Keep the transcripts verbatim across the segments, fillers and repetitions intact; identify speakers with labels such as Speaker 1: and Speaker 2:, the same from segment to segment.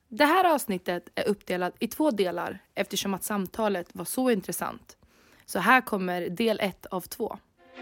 Speaker 1: Det här avsnittet är uppdelat i två delar eftersom att samtalet var så intressant. Så här kommer del ett av två.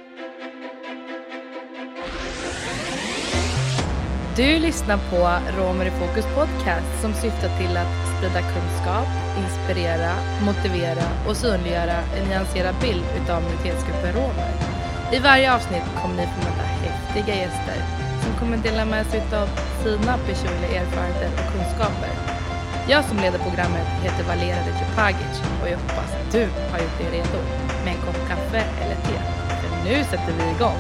Speaker 1: Du lyssnar på Romer i fokus podcast som syftar till att sprida kunskap, inspirera, motivera och synliggöra en nyanserad bild utav minoritetsgruppen romer. I varje avsnitt kommer ni få möta häftiga gäster som kommer dela med sig av sina personliga erfarenheter och kunskaper. Jag som leder programmet heter Valera Dejepagic och jag hoppas att du har gjort dig redo med en kopp kaffe eller te. För nu sätter vi igång.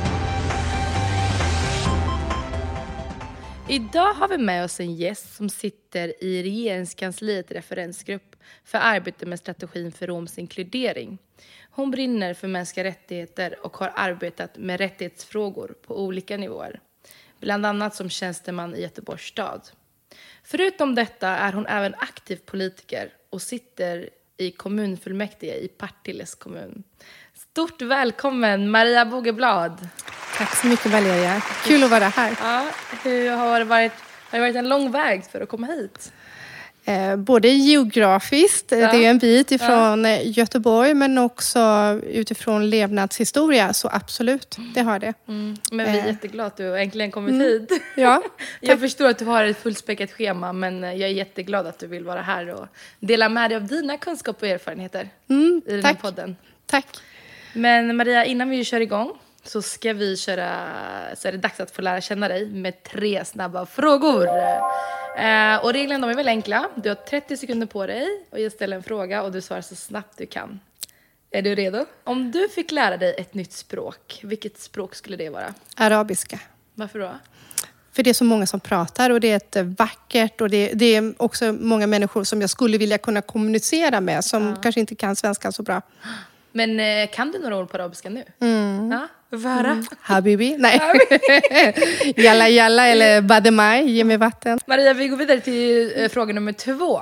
Speaker 1: Idag har vi med oss en gäst som sitter i regeringskansliet referensgrupp för arbete med strategin för roms inkludering. Hon brinner för mänskliga rättigheter och har arbetat med rättighetsfrågor på olika nivåer. Bland annat som tjänsteman i Göteborgs stad. Förutom detta är hon även aktiv politiker och sitter i kommunfullmäktige i Partilles kommun. Stort välkommen Maria Bogeblad.
Speaker 2: Tack så mycket Valeria. Kul att vara här.
Speaker 1: Ja, hur har det varit? Har det varit en lång väg för att komma hit?
Speaker 2: Eh, både geografiskt, ja. Det är en bit ifrån ja. Göteborg, men också utifrån levnadshistoria, så absolut, det har det.
Speaker 1: Mm. Men vi är eh. jätteglada att du äntligen kommit mm. hit.
Speaker 2: Ja,
Speaker 1: jag förstår att du har ett fullspäckat schema, men jag är jätteglad att du vill vara här och dela med dig av dina kunskaper och erfarenheter
Speaker 2: mm,
Speaker 1: i den
Speaker 2: tack.
Speaker 1: här podden.
Speaker 2: Tack.
Speaker 1: Men Maria, innan vi kör igång så ska vi köra, så är det dags att få lära känna dig med tre snabba frågor. Eh, och reglerna de är väl enkla. Du har trettio sekunder på dig och jag ställer en fråga och du svarar så snabbt du kan. Är du redo? Om du fick lära dig ett nytt språk, vilket språk skulle det vara?
Speaker 2: Arabiska.
Speaker 1: Varför då?
Speaker 2: För det är så många som pratar och det är ett vackert och det, det är också många människor som jag skulle vilja kunna kommunicera med som ja. kanske inte kan svenska så bra.
Speaker 1: Men eh, kan du några ord på arabiska nu?
Speaker 2: Mm.
Speaker 1: Ja, vara.
Speaker 2: Mm. Habibi? Nej. Jalla jalla eller bademaj, ge mig vatten.
Speaker 1: Maria, vi går vidare till eh, fråga nummer två.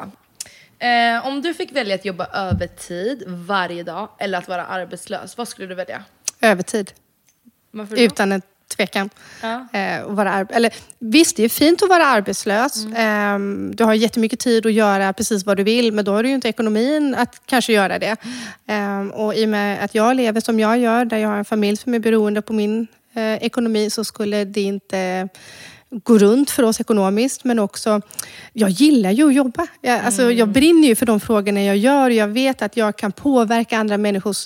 Speaker 1: Eh, om du fick välja att jobba övertid varje dag eller att vara arbetslös, vad skulle du välja?
Speaker 2: Övertid.
Speaker 1: Varför då?
Speaker 2: Utan en tvekan.
Speaker 1: Ja.
Speaker 2: Eh, och vara arbe- eller, visst, det är fint att vara arbetslös. Mm. Eh, du har jättemycket tid att göra precis vad du vill, men då har du ju inte ekonomin att kanske göra det. Mm. Eh, och i och med att jag lever som jag gör, där jag har en familj som är beroende på min eh, ekonomi, så skulle det inte gå runt för oss ekonomiskt, men också jag gillar ju att jobba. Jag, mm. alltså, jag brinner ju för de frågorna jag gör. Jag vet att jag kan påverka andra människors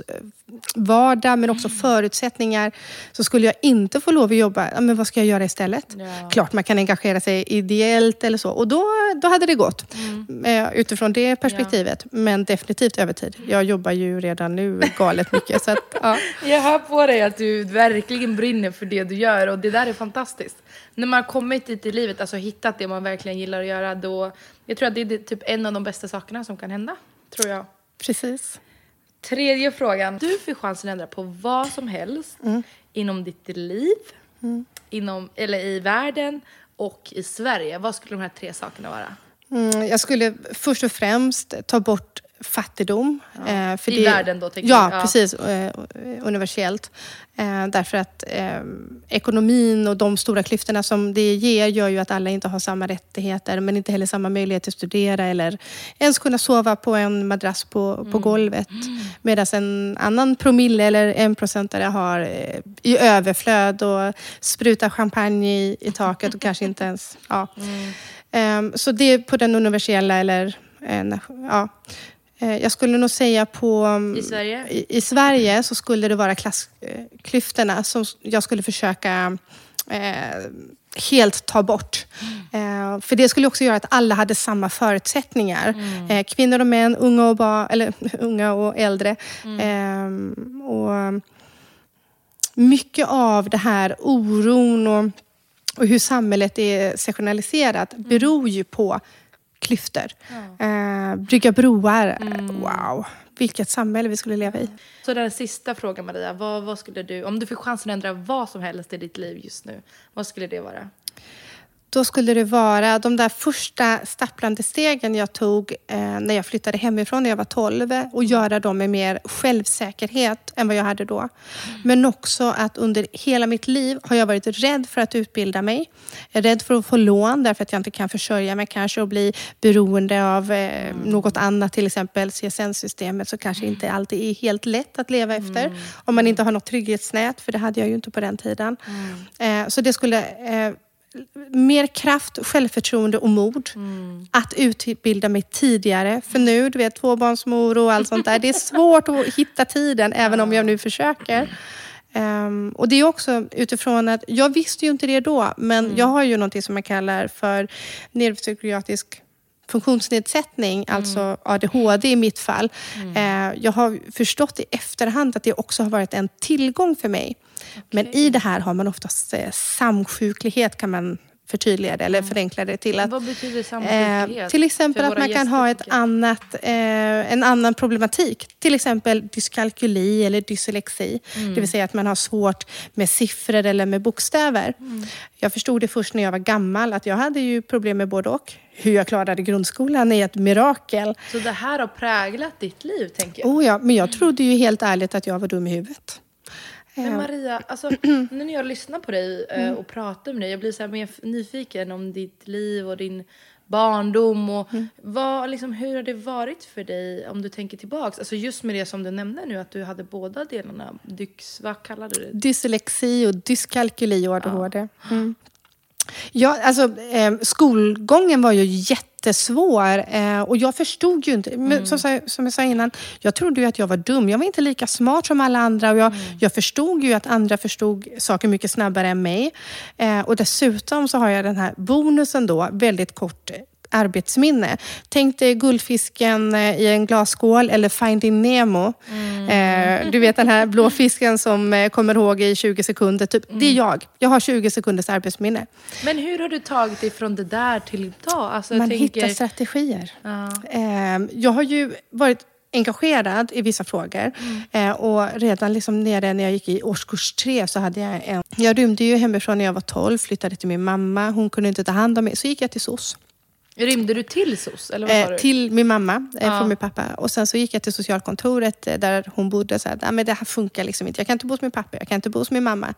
Speaker 2: vardag, men också mm. förutsättningar. Så skulle jag inte få lov att jobba, ja, men vad ska jag göra istället? Ja. Klart man kan engagera sig ideellt eller så. Och då, då hade det gått mm. eh, utifrån det perspektivet. Ja. Men definitivt övertid. Jag jobbar ju redan nu galet mycket. Så att, ja.
Speaker 1: Jag hör på dig att du verkligen brinner för det du gör. Och det där är fantastiskt. När man har kommit dit i livet, alltså hittat det man verkligen gillar att göra, då, jag tror att det är typ en av de bästa sakerna som kan hända, tror jag.
Speaker 2: Precis.
Speaker 1: Tredje frågan. Du får chansen att ändra på vad som helst mm. inom ditt liv, mm. inom, eller i världen och i Sverige. Vad skulle de här tre sakerna vara?
Speaker 2: Mm, jag skulle först och främst ta bort fattigdom.
Speaker 1: Ja.
Speaker 2: Eh, för
Speaker 1: I
Speaker 2: det,
Speaker 1: världen då, tänker
Speaker 2: ja,
Speaker 1: jag. Ja,
Speaker 2: precis. Eh, universellt. Eh, därför att eh, ekonomin och de stora klyftorna som det ger gör ju att alla inte har samma rättigheter, men inte heller samma möjlighet att studera eller ens kunna sova på en madrass på, mm. på golvet. Mm. Medan en annan promille eller en procentare har eh, i överflöd och sprutar champagne i, i taket och kanske inte ens... Ja. Mm. Eh, så det är på den universella eller... Eh, ja. Jag skulle nog säga på...
Speaker 1: I Sverige?
Speaker 2: I, i Sverige så skulle det vara klassklyftorna som jag skulle försöka eh, helt ta bort. Mm. Eh, för det skulle också göra att alla hade samma förutsättningar. Mm. Eh, kvinnor och män, unga och, bar, eller, unga och äldre. Mm. Eh, och mycket av det här oron och, och hur samhället är sektionaliserat mm. beror ju på klyftor. Ja. Eh, brygga broar. Mm. Wow. Vilket samhälle vi skulle leva i.
Speaker 1: Så den sista frågan, Maria. Vad, vad skulle du, om du fick chansen att ändra vad som helst i ditt liv just nu, vad skulle det vara?
Speaker 2: Då skulle det vara de där första stapplande stegen jag tog eh, när jag flyttade hemifrån när jag var tolv. Och göra dem med mer självsäkerhet än vad jag hade då. Mm. Men också att under hela mitt liv har jag varit rädd för att utbilda mig. Jag är rädd för att få lån därför att jag inte kan försörja mig kanske. Och bli beroende av eh, mm. något annat, till exempel C S N-systemet. Så kanske mm. inte alltid är helt lätt att leva efter. Mm. Om man inte har något trygghetsnät, för det hade jag ju inte på den tiden. Mm. Eh, så det skulle... Eh, mer kraft, självförtroende och mod mm. att utbilda mig tidigare. För nu, du vet, tvåbarnsmor och allt sånt där. Det är svårt att hitta tiden, även om jag nu försöker. Um, och det är också utifrån att, jag visste ju inte det då, men mm. jag har ju någonting som man kallar för neuropsykiatrisk funktionsnedsättning, mm. alltså A D H D i mitt fall. Mm. Uh, jag har förstått i efterhand att det också har varit en tillgång för mig. Okay. Men i det här har man oftast eh, samsjuklighet, kan man förtydliga det eller mm. förenkla det till. Att,
Speaker 1: vad betyder samsjuklighet?
Speaker 2: Eh, till exempel att man kan ha ett annat, eh, en annan problematik. Till exempel dyskalkyli eller dyslexi. Mm. Det vill säga att man har svårt med siffror eller med bokstäver. Mm. Jag förstod det först när jag var gammal att jag hade ju problem med både och. Hur jag klarade grundskolan är ett mirakel.
Speaker 1: Så det här har präglat ditt liv, tänker jag?
Speaker 2: Oh ja, men jag trodde ju helt ärligt att jag var dum i huvudet.
Speaker 1: Men Maria, alltså, nu när jag lyssnar på dig och pratar med dig, jag blir så här mer nyfiken om ditt liv och din barndom. Och mm. vad, liksom, hur har det varit för dig om du tänker tillbaka? Alltså just med det som du nämnde nu, att du hade båda delarna. Dyx, vad kallar du det?
Speaker 2: Dyslexi och dyskalkyli och A D H D. Ja. Mm. Ja, alltså eh, skolgången var ju jättesvår eh, och jag förstod ju inte, mm. som, som jag sa innan, jag trodde ju att jag var dum, jag var inte lika smart som alla andra och jag, mm. jag förstod ju att andra förstod saker mycket snabbare än mig eh, och dessutom så har jag den här bonusen då, väldigt kort arbetsminne. Tänk dig guldfisken i en glasskål eller Finding Nemo. Mm. Eh, du vet den här blå fisken som eh, kommer ihåg i tjugo sekunder. Typ. Mm. Det är jag. Jag har tjugo sekunders arbetsminne.
Speaker 1: Men hur har du tagit dig från det där till idag? Alltså,
Speaker 2: Man
Speaker 1: jag tänker...
Speaker 2: hittar strategier.
Speaker 1: Ja.
Speaker 2: Eh, jag har ju varit engagerad i vissa frågor. Mm. Eh, och redan liksom nere när jag gick i årskurs tre så hade jag en... Jag rymde ju hemifrån när jag var tolv. Flyttade till min mamma. Hon kunde inte ta hand om mig. Så gick jag till S O S.
Speaker 1: Rymde du till S O S? Eller vad sa du?
Speaker 2: Eh, till min mamma, eh,
Speaker 1: ja.
Speaker 2: från min pappa. Och sen så gick jag till socialkontoret eh, där hon bodde. Så här, ah, men det här funkar liksom inte. Jag kan inte bo hos min pappa, jag kan inte bo hos min mamma.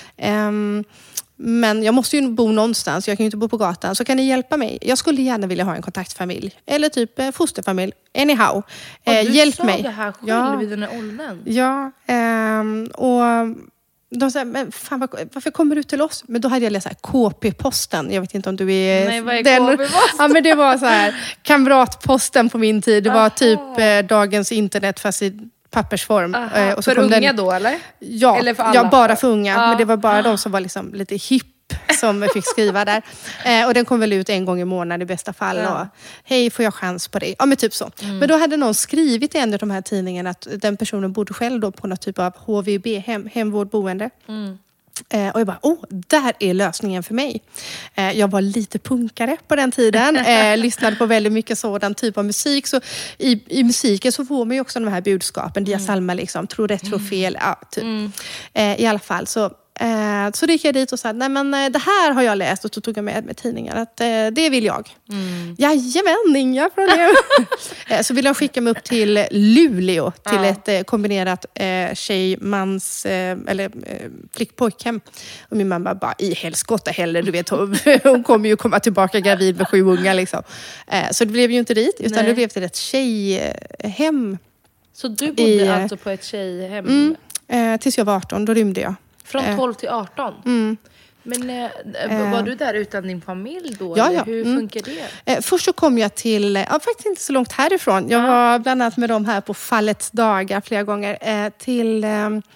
Speaker 2: Um, men jag måste ju bo någonstans, jag kan ju inte bo på gatan. Så kan ni hjälpa mig? Jag skulle gärna vilja ha en kontaktfamilj. Eller typ eh, fosterfamilj. Anyhow. Eh,
Speaker 1: och du
Speaker 2: hjälp
Speaker 1: sa
Speaker 2: mig.
Speaker 1: det här själv
Speaker 2: ja.
Speaker 1: vid den här åldern?
Speaker 2: Ja, um, och... De sa, men fan, varför kommer du till oss? Men då hade jag läst K P-posten. Jag vet inte om du är...
Speaker 1: Nej, vad är
Speaker 2: den...
Speaker 1: K P-posten?
Speaker 2: Ja, men det var så här, kamratposten på min tid. Det var Aha. typ eh, dagens internet fast i pappersform.
Speaker 1: Eh, och så för unga den... då, eller?
Speaker 2: Ja,
Speaker 1: eller för alla?
Speaker 2: Ja, bara för unga.
Speaker 1: Ah.
Speaker 2: Men det var bara de som var liksom lite hipp som fick skriva där. Eh, och den kom väl ut en gång i månaden i bästa fall. Ja. Och, hej, får jag chans på dig? Ja, men typ så. Mm. Men då hade någon skrivit i en av de här tidningarna att den personen bodde själv då på något typ av H V B-hem, hemvårdboende. Mm. Eh, och jag bara, åh, oh, där är lösningen för mig. Eh, jag var lite punkare på den tiden. Eh, lyssnade på väldigt mycket sådan typ av musik. Så i, i musiken så får man ju också de här budskapen. Mm. Dia Salma liksom, tro rätt, tro fel. Ja, typ. Mm. Eh, I alla fall så... Eh, så gick jag dit och sa, nej men det här har jag läst, och så tog jag med med tidningar att eh, det vill jag. Mm. Jajamän, inga problem. eh, så ville jag skicka mig upp till Luleå till ja. ett eh, kombinerat eh, tjej-mans eh, eller eh, flick-pojkhem. Och min mamma bara, i helskotta heller, du vet, hon, hon kommer ju komma tillbaka gravid med sju unga liksom. Eh, så det blev ju inte dit, utan nej. det blev till ett tjejhem.
Speaker 1: Så du bodde i, alltså på ett tjejhem?
Speaker 2: Mm, eh, tills jag var arton, då rymde jag.
Speaker 1: Från tolv till arton? Mm. Men eh, var du där utan din familj då?
Speaker 2: Ja,
Speaker 1: eller?
Speaker 2: ja.
Speaker 1: Hur
Speaker 2: mm.
Speaker 1: funkar det?
Speaker 2: Eh, först så kom jag till, ja, faktiskt inte så långt härifrån. Jag ja. var bland annat med dem här på Fallets dagar flera gånger. Eh, till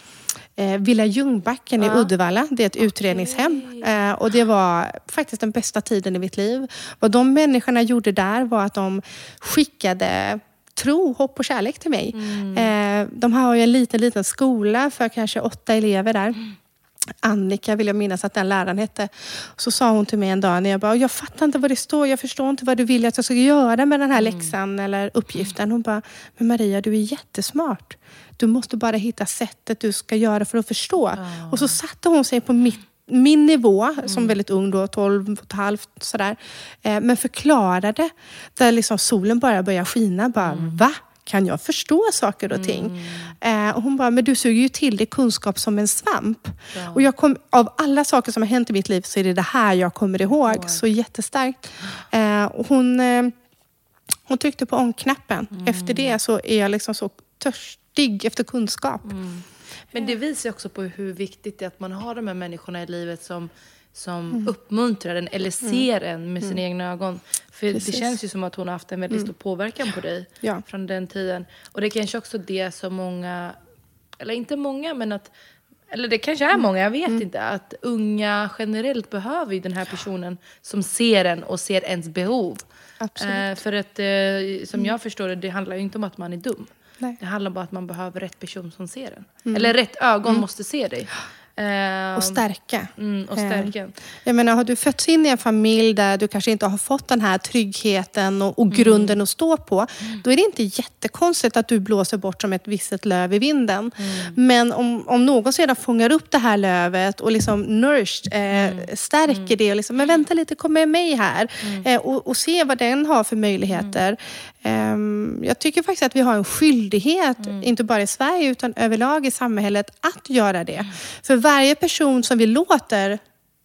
Speaker 2: eh, Villa Ljungbacken ja. i Uddevalla. Det är ett okay. utredningshem. Eh, och det var faktiskt den bästa tiden i mitt liv. Vad de människorna gjorde där var att de skickade... tro, hopp och kärlek till mig. Mm. Eh, de har ju en liten, liten skola för kanske åtta elever där. Mm. Annika vill jag minnas att den läraren hette. Så sa hon till mig en dag när jag bara, jag fattar inte vad det står, jag förstår inte vad du vill att jag ska göra med den här mm. läxan eller uppgiften. Hon bara, men Maria, du är jättesmart. Du måste bara hitta sättet du ska göra för att förstå. Mm. Och så satte hon sig på mitt min nivå, mm. som väldigt ung då, tolv och ett halvt sådär. Eh, men förklarade, där liksom solen bara började skina. Bara, mm. va? Kan jag förstå saker och ting? Mm. Eh, och hon bara, men du suger ju till dig kunskap som en svamp. Ja. Och jag kom, av alla saker som har hänt i mitt liv så är det det här jag kommer ihåg. Wow. Så jättestarkt. Eh, och hon, eh, hon tryckte på on-knappen. Mm. Efter det så är jag liksom så törstig efter kunskap. Mm.
Speaker 1: Men det visar också på hur viktigt det är att man har de här människorna i livet som, som mm. uppmuntrar en eller ser mm. en med sina mm. egna ögon. För Precis. Det känns ju som att hon har haft en väldigt mm. stor påverkan på dig ja. Från den tiden. Och det är kanske också det som många, eller inte många, men att, eller det kanske är många, jag vet mm. inte, att unga generellt behöver ju den här personen som ser en och ser ens behov. Absolut. Eh, för att, eh, som jag förstår det, det handlar ju inte om att man är dum. Nej. Det handlar bara om att man behöver rätt person som ser den. Mm. Eller rätt ögon mm. måste se dig. Uh,
Speaker 2: och stärka.
Speaker 1: Mm, och stärka. Uh,
Speaker 2: jag menar, har du fötts in i en familj där du kanske inte har fått den här tryggheten och, och mm. grunden att stå på. Mm. Då är det inte jättekonstigt att du blåser bort som ett visset löv i vinden. Mm. Men om, om någon sedan fångar upp det här lövet och liksom nourished, eh, mm. stärker mm. det. Och liksom, men vänta lite, kom med mig här. Mm. Eh, och, och se vad den har för möjligheter. Mm. Eh, jag tycker faktiskt att vi har en skyldighet, mm. inte bara i Sverige utan överlag i samhället, att göra det. Mm. För varje person som vi låter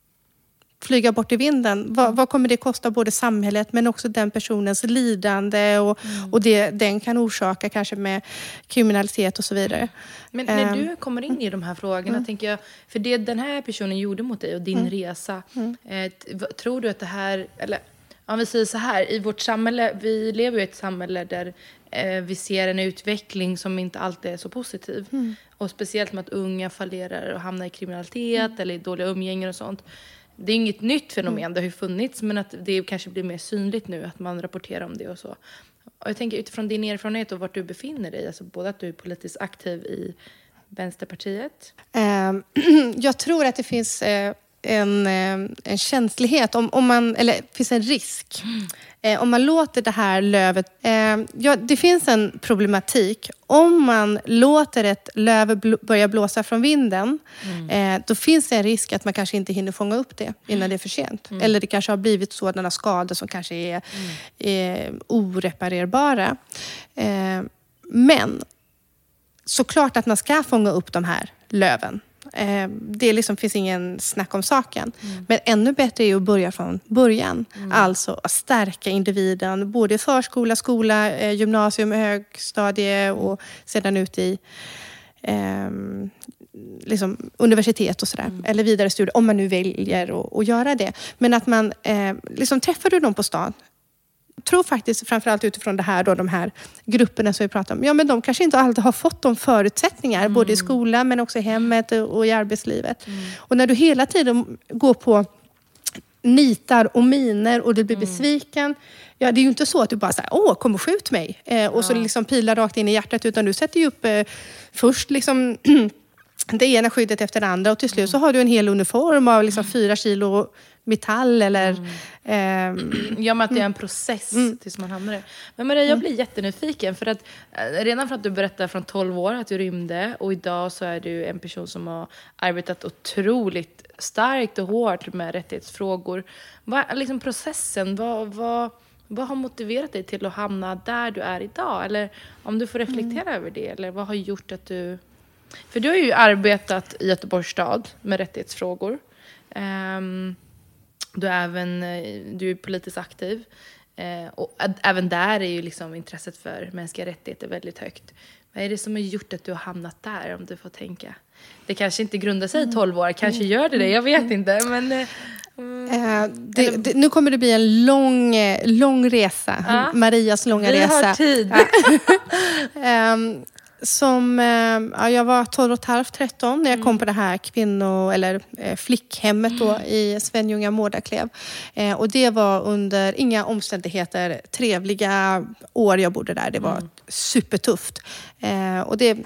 Speaker 2: flyga bort i vinden, vad, vad kommer det kosta både samhället men också den personens lidande och, mm. och det den kan orsaka kanske med kriminalitet och så vidare.
Speaker 1: Men när du kommer in i de här frågorna, mm. tänker jag, för det den här personen gjorde mot dig och din mm. resa, mm. Eh, tror du att det här, eller om vi säger så här, i vårt samhälle, vi lever i ett samhälle där eh, vi ser en utveckling som inte alltid är så positiv. Mm. Och speciellt med att unga fallerar och hamnar i kriminalitet mm. eller i dåliga umgängen och sånt. Det är inget nytt fenomen, mm. det har ju funnits, men att det kanske blir mer synligt nu att man rapporterar om det och så. Och jag tänker utifrån din erfarenhet och vart du befinner dig, alltså både att du är politiskt aktiv i Vänsterpartiet.
Speaker 2: Um, jag tror att det finns uh, en, uh, en känslighet, om, om man, eller det finns en risk. Mm. Eh, om man låter det här lövet... Eh, ja, det finns en problematik. Om man låter ett löv bl- börja blåsa från vinden, mm. eh, då finns det en risk att man kanske inte hinner fånga upp det innan det är för sent. Mm. Eller det kanske har blivit sådana skador som kanske är, mm. är oreparerbara. Eh, men såklart att man ska fånga upp de här löven. Det liksom finns ingen snack om saken. Mm. Men ännu bättre är att börja från början. Mm. Alltså att stärka individen. Både i förskola, skola, gymnasium, högstadie och sedan ut i eh, liksom universitet och sådär. Mm. Eller vidare studier om man nu väljer att, att göra det. Men att man eh, liksom träffar du dem på stan. Jag tror faktiskt framförallt utifrån det här då, de här grupperna som vi pratar om. Ja, men de kanske inte alltid har fått de förutsättningar. Mm. Både i skolan men också i hemmet och i arbetslivet. Mm. Och när du hela tiden går på nitar och miner och du blir mm. besviken. Ja, det är ju inte så att du bara säger, åh, kom och skjut mig. Eh, och ja. Så liksom pilar rakt in i hjärtat. Utan du sätter ju upp eh, först liksom... det ena skyddet efter det andra. Och till slut mm. så har du en hel uniform av liksom fyra kilo metall eller... Mm.
Speaker 1: Eh, ja, men att det är en process mm. tills man hamnar där. Men Maria, jag blir mm. jättenyfiken. För att redan för att du berättar från tolv år att du rymde. Och idag så är du en person som har arbetat otroligt starkt och hårt med rättighetsfrågor. Vad är liksom processen? Vad, vad, vad har motiverat dig till att hamna där du är idag? Eller om du får reflektera mm. över det. Eller vad har gjort att du... För du har ju arbetat i Göteborgs stad med rättighetsfrågor. Um, du är även du är politiskt aktiv. Uh, och även där är ju liksom intresset för mänskliga rättigheter väldigt högt. Vad är det som har gjort att du har hamnat där, om du får tänka? Det kanske inte grundar sig i tolv år. Kanske gör det det, jag vet inte. Men, mm.
Speaker 2: uh, det, det, nu kommer det bli en lång, lång resa. Uh. Marias långa
Speaker 1: Vi
Speaker 2: resa.
Speaker 1: Vi har tid.
Speaker 2: um, Som, ja, jag var tolv och ett halvt, tretton när jag mm. kom på det här kvinno- eller eh, flickhemmet då, mm. i Svenljunga Mårdaklev. Eh, och det var under inga omständigheter trevliga år jag bodde där. Det var mm. supertufft. Eh, och det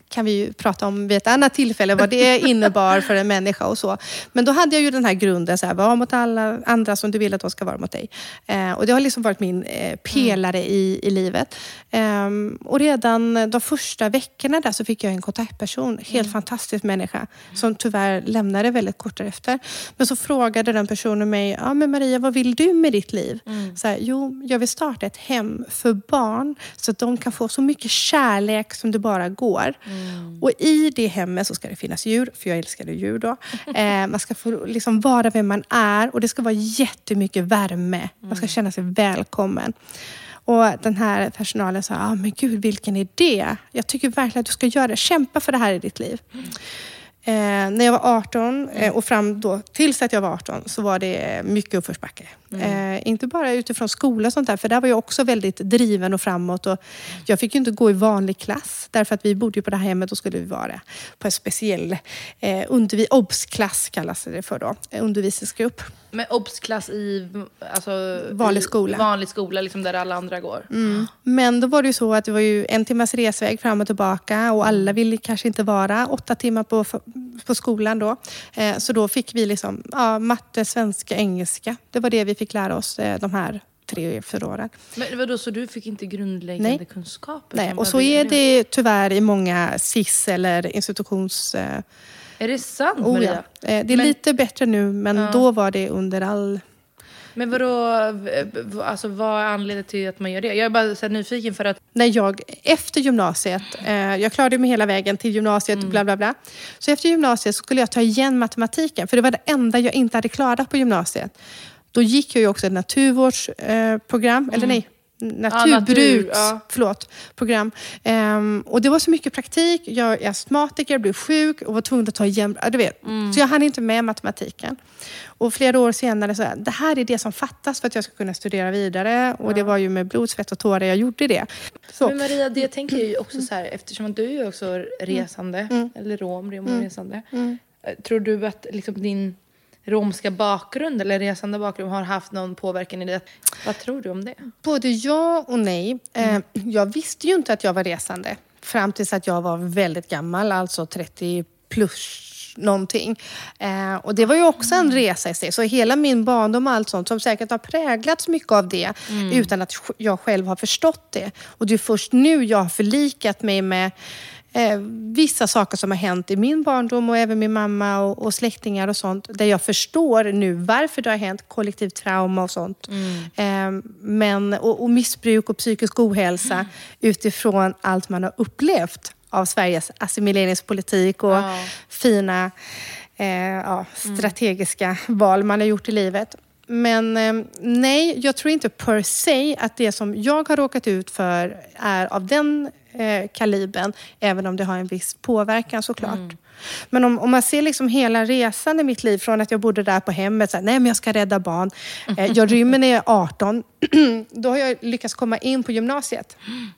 Speaker 2: kan vi ju prata om vid ett annat tillfälle vad det innebar för en människa och så. Men då hade jag ju den här grunden, så här, var mot alla andra som du vill att de ska vara mot dig. Eh, och det har liksom varit min eh, pelare mm. i, i livet. Eh, och redan de första veckorna där så fick jag en kontaktperson, helt mm. fantastisk människa, som tyvärr lämnade väldigt kort därefter. Men så frågade den personen mig, ja men Maria, vad vill du med ditt liv? Mm. Så här, jo, jag vill starta ett hem för barn så att de kan få så mycket kärlek som det bara går. Mm. Och i det hemmet så ska det finnas djur, för jag älskar djur då. Eh, man ska få liksom vara vem man är och det ska vara jättemycket värme. Man ska känna sig välkommen. Och den här personalen sa, ah, men gud vilken idé. Jag tycker verkligen att du ska göra det. Kämpa för det här i ditt liv. Mm. Eh, när jag var arton eh, och fram då tills att jag var arton så var det mycket uppförsbacke. Mm. Eh, inte bara utifrån skola och sånt där, för där var jag också väldigt driven och framåt. Och jag fick ju inte gå i vanlig klass därför att vi bodde ju på det här hemmet och skulle vi vara på en speciell eh, undervis- obs-klass kallas det för då, undervisningsgrupp.
Speaker 1: Men obs-klass i alltså,
Speaker 2: vanlig skola,
Speaker 1: i vanlig skola liksom där alla andra går.
Speaker 2: Mm. Men då var det ju så att det var ju en timmas resväg fram och tillbaka och alla ville kanske inte vara åtta timmar på, på skolan då. Eh, så då fick vi liksom ja, matte, svenska, engelska. Det var det vi fick lära oss eh, de här tre, fyra åren.
Speaker 1: Men vadå, så du fick inte grundläggande
Speaker 2: Nej.
Speaker 1: kunskaper?
Speaker 2: Nej, och så är det tyvärr i många S I S eller institutions... Eh,
Speaker 1: är det sant,
Speaker 2: oh,
Speaker 1: Maria?
Speaker 2: Ja. Eh, det är men, lite bättre nu, men ja. Då var det under all...
Speaker 1: Men vadå, alltså vad är anledningen till att man gör det? Jag är bara så nyfiken för att...
Speaker 2: När jag, efter gymnasiet, eh, jag klarade mig hela vägen till gymnasiet, mm. bla bla bla. Så efter gymnasiet så skulle jag ta igen matematiken, för det var det enda jag inte hade klarat på gymnasiet. Då gick jag ju också ett naturvårdsprogram, eh, eller mm. nej, naturbruks, ja, natur, ja. förlåt, program. Um, och det var så mycket praktik, jag är astmatiker, jag blev sjuk och var tvungen att ta igen, du vet. Mm. Så jag hann inte med matematiken. Och flera år senare så det här är det som fattas för att jag ska kunna studera vidare. Och ja. Det var ju med blod, svett och tårar jag gjorde det. Så.
Speaker 1: Men Maria, det tänker jag ju också så här, eftersom du är ju också resande, mm. eller rom, rom mm. resande. Mm. Tror du att liksom din romska bakgrund eller resande bakgrund har haft någon påverkan i det? Vad tror du om det? Både
Speaker 2: ja och nej. Mm. Jag visste ju inte att jag var resande fram tills att jag var väldigt gammal, alltså trettio plus någonting. Eh, och det var ju också en resa i sig. Så hela min barndom och allt sånt som säkert har präglats mycket av det mm. utan att jag själv har förstått det. Och det är först nu jag har förlikat mig med Eh, vissa saker som har hänt i min barndom och även min mamma och, och släktingar och sånt. Där jag förstår nu varför det har hänt, kollektivt trauma och sånt. Mm. Eh, men, och, och missbruk och psykisk ohälsa mm. utifrån allt man har upplevt av Sveriges assimileringspolitik och ja. fina eh, ja, strategiska mm. val man har gjort i livet. Men eh, nej, jag tror inte per se att det som jag har råkat ut för är av den eh, kalibern, även om det har en viss påverkan såklart. Mm. Men om, om man ser liksom hela resan i mitt liv från att jag bodde där på hemmet, så här, nej men jag ska rädda barn. Eh, jag rymmer när jag är arton. Då har jag lyckats komma in på gymnasiet.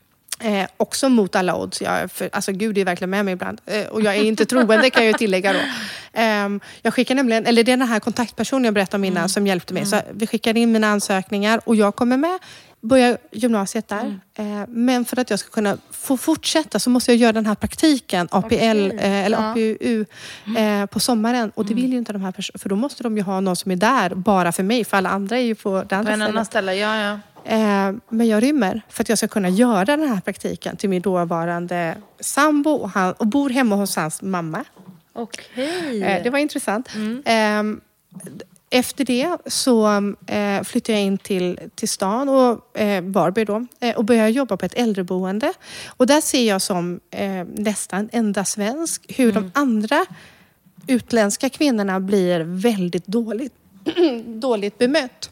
Speaker 2: Eh, också mot alla odds. Jag, för, alltså Gud är verkligen med mig ibland. Eh, och jag är inte troende kan jag ju tillägga då. Eh, jag skickar nämligen, eller det är den här kontaktpersonen jag berättade om innan mm. som hjälpte mig. Mm. Så vi skickade in mina ansökningar och jag kommer med. Börjar gymnasiet där. Mm. Eh, men för att jag ska kunna få fortsätta så måste jag göra den här praktiken. A P L okay. eh, eller ja. A P U eh, på sommaren. Och det vill ju inte de här personerna. För då måste de ju ha någon som är där bara för mig. För alla andra är ju på det andra
Speaker 1: på en annan ställe. Ja, ja.
Speaker 2: Eh, men jag rymmer för att jag ska kunna göra den här praktiken till min dåvarande sambo och, han, och bor hemma hos hans mamma.
Speaker 1: Okej.
Speaker 2: Eh, det var intressant. Mm. Eh, efter det så eh, flyttade jag in till, till stan och eh, Varberg då eh, och började jobba på ett äldreboende. Och där ser jag som eh, nästan enda svensk hur mm. de andra utländska kvinnorna blir väldigt dåligt, dåligt bemött.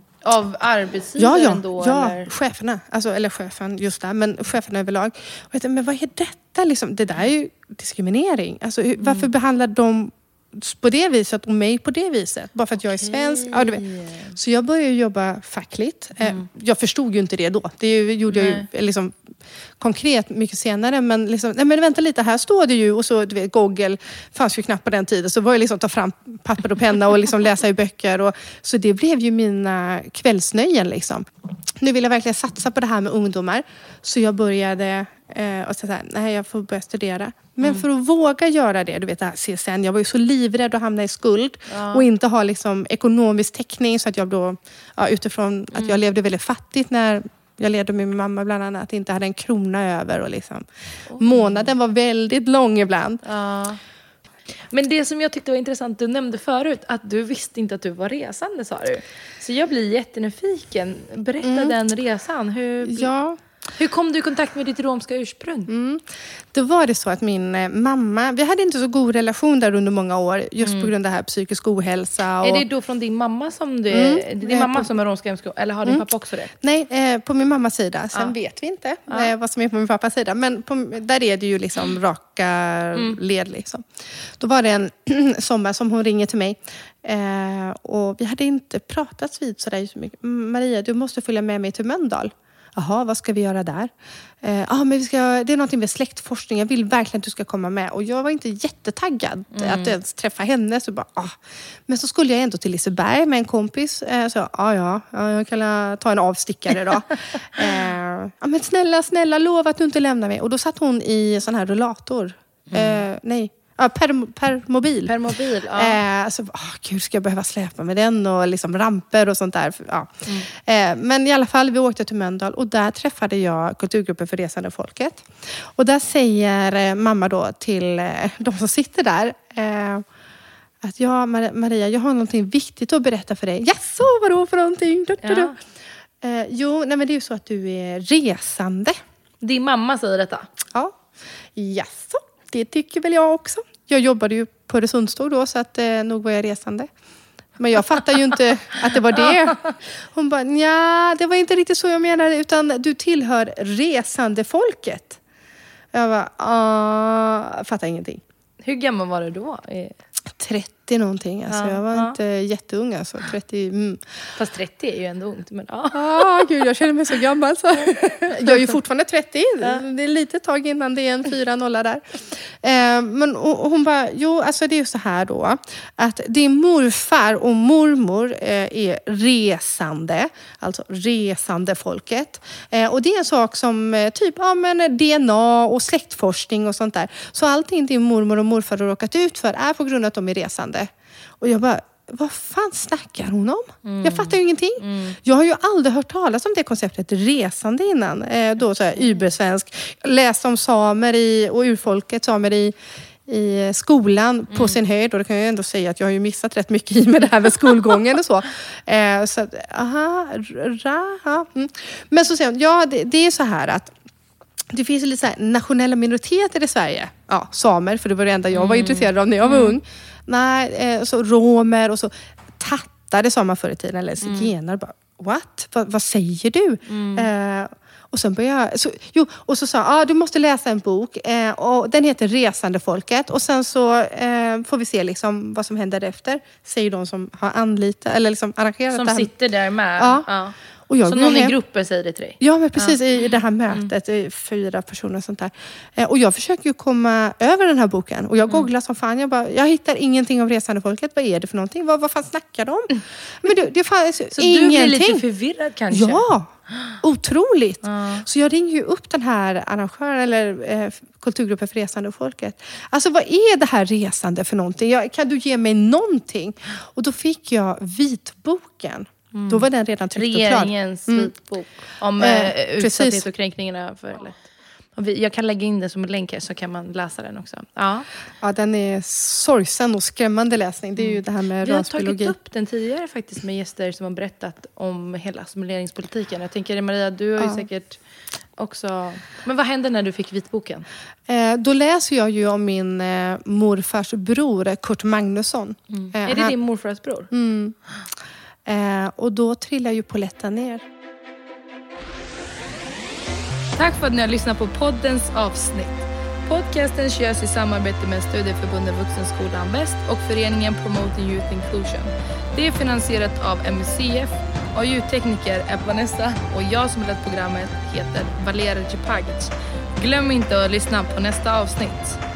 Speaker 1: Av arbetsgivaren
Speaker 2: ja, ja,
Speaker 1: då?
Speaker 2: Ja,
Speaker 1: eller?
Speaker 2: cheferna. Alltså, eller chefen just där, men cheferna överlag. Och jag tänkte, men vad är detta? Liksom, det där är ju diskriminering. Alltså, hur, mm. varför behandlar de på det viset och mig på det viset? Bara för att jag är svensk. Ja, du vet. Så jag började jobba fackligt. Mm. Jag förstod ju inte det då. Det gjorde nej. jag ju liksom, konkret mycket senare. Men, liksom, nej, men vänta lite, här står det ju. Och så, du vet, Google fanns ju knappt på den tiden. Så var jag liksom ta fram papper och penna och liksom läsa i böcker. Och, så det blev ju mina kvällsnöjen liksom. nu vill jag verkligen satsa på det här med ungdomar. Så jag började eh, och så här, nej jag får börja studera. Men mm. för att våga göra det, du vet det här C S N, jag var ju så livrädd att hamna i skuld. Ja. Och inte ha liksom ekonomisk täckning så att jag då, ja, utifrån mm. att jag levde väldigt fattigt när jag levde med min mamma bland annat, att inte hade en krona över och liksom oh. månaden var väldigt lång ibland.
Speaker 1: Ja. Men det som jag tyckte var intressant, du nämnde förut att du visste inte att du var resande, sa du. Så jag blir jättenyfiken. Berätta mm. den resan. Hur,
Speaker 2: ja.
Speaker 1: hur kom du i kontakt med ditt romska ursprung?
Speaker 2: Mm. Då var det så att min eh, mamma, vi hade inte så god relation där under många år. Just mm. på grund av det här psykisk ohälsa. Och...
Speaker 1: Är det då från din mamma som du är, mm. din mamma på... som är romska ursprung? Eller har din mm. pappa också det?
Speaker 2: Nej, eh, på min mammas sida. Sen ja. vet vi inte
Speaker 1: ja.
Speaker 2: eh, vad som är på min pappas sida. Men på, där är det ju liksom raka mm. led liksom. Då var det en sommar som hon ringer till mig. Eh, och vi hade inte pratats vid sådär så mycket. Maria, du måste följa med mig till Mölndal. Jaha, vad ska vi göra där? Eh, ah, men vi ska, det är någonting med släktforskning. Jag vill verkligen att du ska komma med. Och jag var inte jättetaggad mm. att ens träffa henne. Så bara, ah. Men så skulle jag ändå till Liseberg med en kompis. Eh, så ah, ja, ja, jag kan ta en avstickare då. eh, ah, men snälla, snälla, lova att du inte lämnar mig. Och då satt hon i sån här rullator. Mm. Eh, nej. Ja, per, per mobil.
Speaker 1: Per mobil, ja.
Speaker 2: Eh, alltså, oh, gud, ska jag behöva släpa med den och liksom ramper och sånt där. Ja. Mm. Eh, men i alla fall, vi åkte till Mölndal och där träffade jag kulturgruppen för resande folket. Och där säger eh, mamma då till eh, de som sitter där eh, att ja, Maria, jag har någonting viktigt att berätta för dig. Jaså, vadå för någonting? Du, du, du. Ja. Eh, jo, nej, men det är ju så att du är resande.
Speaker 1: Din mamma säger detta?
Speaker 2: Ja, jaså. Det tycker väl jag också. Jag jobbade ju på Öresundståg då så att eh, nog var jag resande. Men jag fattar ju inte att det var det. Hon bara, nja, det var inte riktigt så jag menade utan du tillhör resande folket. Jag bara, ah, fattar ingenting.
Speaker 1: Hur gammal var du då?
Speaker 2: trettio någonting. Alltså, ja, jag var ja. inte jätteung. Alltså, trettio, mm.
Speaker 1: Fast trettio är ju ändå ungt. Men, ja,
Speaker 2: ah, gud, jag känner mig så gammal. Så. Jag är ju fortfarande trettio. Ja. Det är lite tag innan det är en fyra nolla där. Eh, men och, hon bara, jo, alltså det är ju så här då. Att din morfar och mormor eh, är resande. Alltså resande folket. Eh, och det är en sak som eh, typ ja, men D N A och släktforskning och sånt där. Så allting din mormor och morfar har råkat ut för är på grund av att de är resande. Och jag bara, vad fan snackar hon om? Mm. Jag fattar ju ingenting. Mm. Jag har ju aldrig hört talas om det konceptet resande innan. Eh, då så här ybersvensk. Läst om samer i, och urfolket samer i, i skolan på mm. sin höjd. Och det kan jag ändå säga att jag har ju missat rätt mycket i med det här med skolgången och så. Eh, så att, aha, ra, ha, mm. Men så säger hon, ja det, det är så här att det finns lite så här nationella minoriteter i Sverige. Ja, samer, för det var det enda jag var mm. intresserad av när jag var mm. ung. Nej, eh, så romer och så tattare sa man förr i tiden. Eller zigener. Mm. Bara, what? Va, vad säger du? Mm. Eh, och sen började jag... Så, jo, och så sa jag, ah, du måste läsa en bok. Eh, och den heter Resande folket. Och sen så eh, får vi se liksom vad som händer efter. Säger de som har anlitat eller liksom arrangerat
Speaker 1: som
Speaker 2: det här.
Speaker 1: Sitter där med.
Speaker 2: Ja.
Speaker 1: Ja.
Speaker 2: Och jag
Speaker 1: så någon i gruppen säger det till dig?
Speaker 2: Ja, men precis ja. i det här mötet. Mm. Fyra personer och sånt där. Och jag försöker ju komma över den här boken. Och jag googlar mm. som fan. Jag bara, jag hittar ingenting om resande folket. Vad är det för någonting? Vad, vad fan snackar de om? Mm. Men det, det fanns så ingenting.
Speaker 1: Så du blir lite förvirrad kanske?
Speaker 2: Ja, otroligt. Mm. Så jag ringer ju upp den här arrangören eller eh, kulturgruppen för resande folket. Alltså vad är det här resande för någonting? Jag, kan du ge mig någonting? Och då fick jag vitboken. Mm. Då var den redan tryckt och klar.
Speaker 1: Regeringens mm. vitbok om eh, utsatthet och kränkningarna för lätt. Och vi, jag kan lägga in det som en länk här så kan man läsa den också. Ja,
Speaker 2: ja den är sorgsen och skrämmande läsning. Det är mm. ju det här med rasbiologi.
Speaker 1: Vi har tagit upp den tidigare faktiskt med gäster som har berättat om hela assimileringspolitiken. Jag tänker Maria, du har ju ja. säkert också... Men vad hände när du fick vitboken?
Speaker 2: Eh, då läser jag ju om min eh, morfars bror Kurt Magnusson.
Speaker 1: Mm. Eh, är det han... din morfars bror?
Speaker 2: Mm. Eh, och då trillar ju polletten ner.
Speaker 1: Tack för att ni har lyssnat på poddens avsnitt. Podcasten görs i samarbete med Studieförbundet Vuxenskolan Väst och föreningen Promoting Youth Inclusion. Det är finansierat av M U C F och ljudtekniker är Vanessa och jag som har lett programmet heter Valera Djupagic. Glöm inte att lyssna på nästa avsnitt.